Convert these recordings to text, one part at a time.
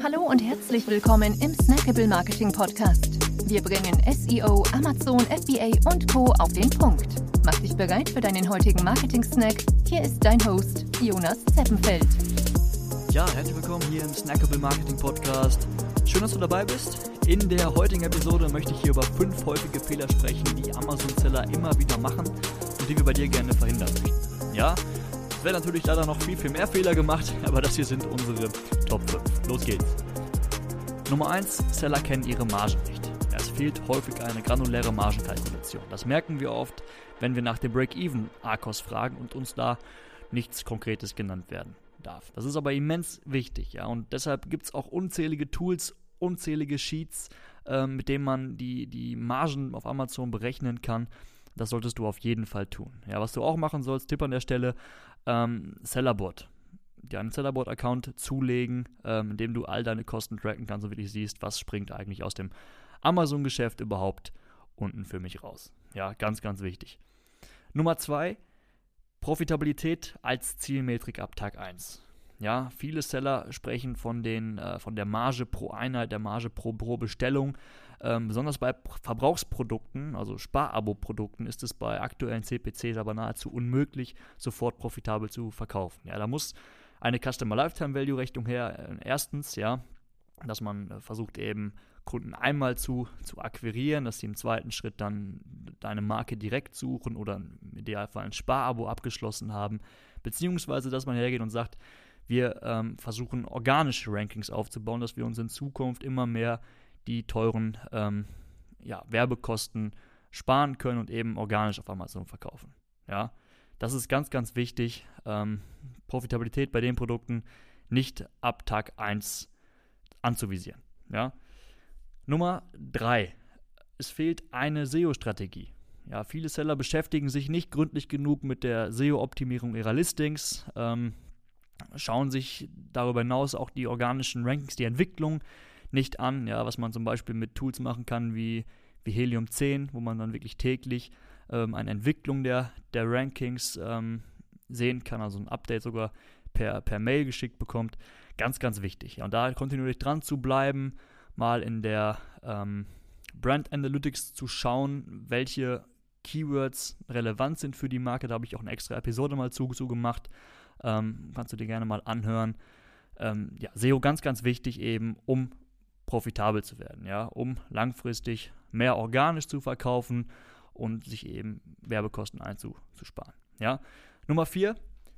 Hallo und herzlich willkommen im Snackable Marketing Podcast. Wir bringen SEO, Amazon, FBA und Co. auf den Punkt. Mach dich bereit für deinen heutigen Marketing-Snack. Hier ist dein Host, Jonas Zeppenfeld. Ja, herzlich willkommen hier im Snackable Marketing Podcast. Schön, dass du dabei bist. In der heutigen Episode möchte ich hier über 5 häufige Fehler sprechen, die Amazon-Seller immer wieder machen und die wir bei dir gerne verhindern möchten. Ja, es werden natürlich leider noch viel mehr Fehler gemacht, aber das hier sind unsere Top 5. Los geht's. Nummer 1, Seller kennen ihre Margen nicht. Es fehlt häufig eine granuläre Margenkalkulation. Das merken wir oft, wenn wir nach dem Break-Even-ARKOS fragen und uns da nichts Konkretes genannt werden darf. Das ist aber immens wichtig, ja, und deshalb gibt es auch unzählige Tools, unzählige Sheets, mit denen man die Margen auf Amazon berechnen kann. Das solltest du auf jeden Fall tun. Ja, was du auch machen sollst, Tipp an der Stelle, Sellerboard. Dir einen Sellerboard-Account zulegen, in dem du all deine Kosten tracken kannst und wirklich siehst, was springt eigentlich aus dem Amazon-Geschäft überhaupt unten für mich raus. Ja, ganz, ganz wichtig. Nummer 2, Profitabilität als Zielmetrik ab Tag 1. Ja, viele Seller sprechen von der Marge pro Einheit, der Marge pro Bestellung. Besonders bei Verbrauchsprodukten, also Sparabo-Produkten, ist es bei aktuellen CPCs aber nahezu unmöglich, sofort profitabel zu verkaufen. Ja, da muss eine Customer Lifetime Value Rechnung her. Erstens, ja, dass man versucht eben Kunden einmal zu akquirieren, dass sie im zweiten Schritt dann deine Marke direkt suchen oder im Idealfall ein Sparabo abgeschlossen haben, beziehungsweise dass man hergeht und sagt, wir versuchen organische Rankings aufzubauen, dass wir uns in Zukunft immer mehr die teuren Werbekosten sparen können und eben organisch auf Amazon verkaufen. Ja, das ist ganz, ganz wichtig. Profitabilität bei den Produkten nicht ab Tag 1 anzuvisieren. Ja. Nummer 3. Es fehlt eine SEO-Strategie. Ja, viele Seller beschäftigen sich nicht gründlich genug mit der SEO-Optimierung ihrer Listings, schauen sich darüber hinaus auch die organischen Rankings, die Entwicklung nicht an, ja, was man zum Beispiel mit Tools machen kann wie Helium 10, wo man dann wirklich täglich eine Entwicklung der Rankings sehen kann, also ein Update sogar per Mail geschickt bekommt. Ganz, ganz wichtig. Ja, und da kontinuierlich dran zu bleiben, mal in der Brand Analytics zu schauen, welche Keywords relevant sind für die Marke. Da habe ich auch eine extra Episode mal zu gemacht. Kannst du dir gerne mal anhören. SEO ganz, ganz wichtig eben, um profitabel zu werden, ja, um langfristig mehr organisch zu verkaufen und sich eben Werbekosten einzusparen. Ja. Nummer 4,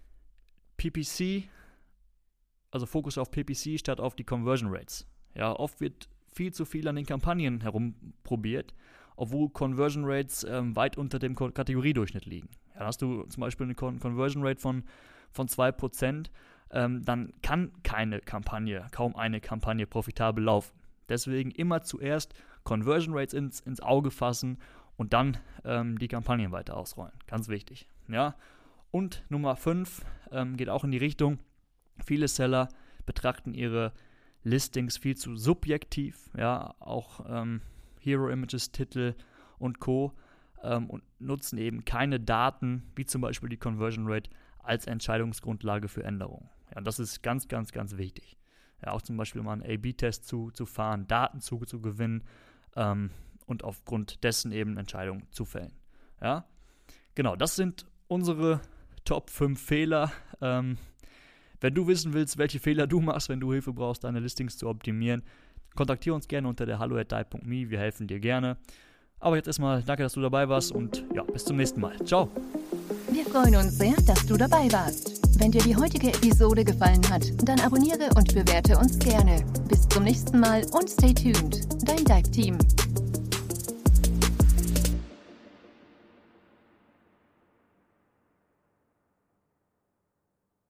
PPC, also Fokus auf PPC statt auf die Conversion Rates. Ja, oft wird viel zu viel an den Kampagnen herumprobiert, obwohl Conversion Rates weit unter dem Kategoriedurchschnitt liegen. Ja, hast du zum Beispiel eine Conversion Rate von 2%, dann kann kaum eine Kampagne profitabel laufen. Deswegen immer zuerst Conversion Rates ins Auge fassen und dann die Kampagnen weiter ausrollen. Ganz wichtig. Ja. Und Nummer 5 geht auch in die Richtung, viele Seller betrachten ihre Listings viel zu subjektiv, ja, auch Hero Images, Titel und Co. Und nutzen eben keine Daten, wie zum Beispiel die Conversion Rate, als Entscheidungsgrundlage für Änderungen. Ja, das ist ganz, ganz, ganz wichtig. Ja, auch zum Beispiel mal einen A/B-Test zu fahren, Daten zu gewinnen und aufgrund dessen eben Entscheidungen zu fällen. Ja, genau, das sind unsere Top 5 Fehler. Wenn du wissen willst, welche Fehler du machst, wenn du Hilfe brauchst, deine Listings zu optimieren, kontaktiere uns gerne unter der hallo@dai.me, wir helfen dir gerne. Aber jetzt erstmal danke, dass du dabei warst und ja, bis zum nächsten Mal. Ciao! Wir freuen uns sehr, dass du dabei warst. Wenn dir die heutige Episode gefallen hat, dann abonniere und bewerte uns gerne. Bis zum nächsten Mal und stay tuned. Dein Dive-Team.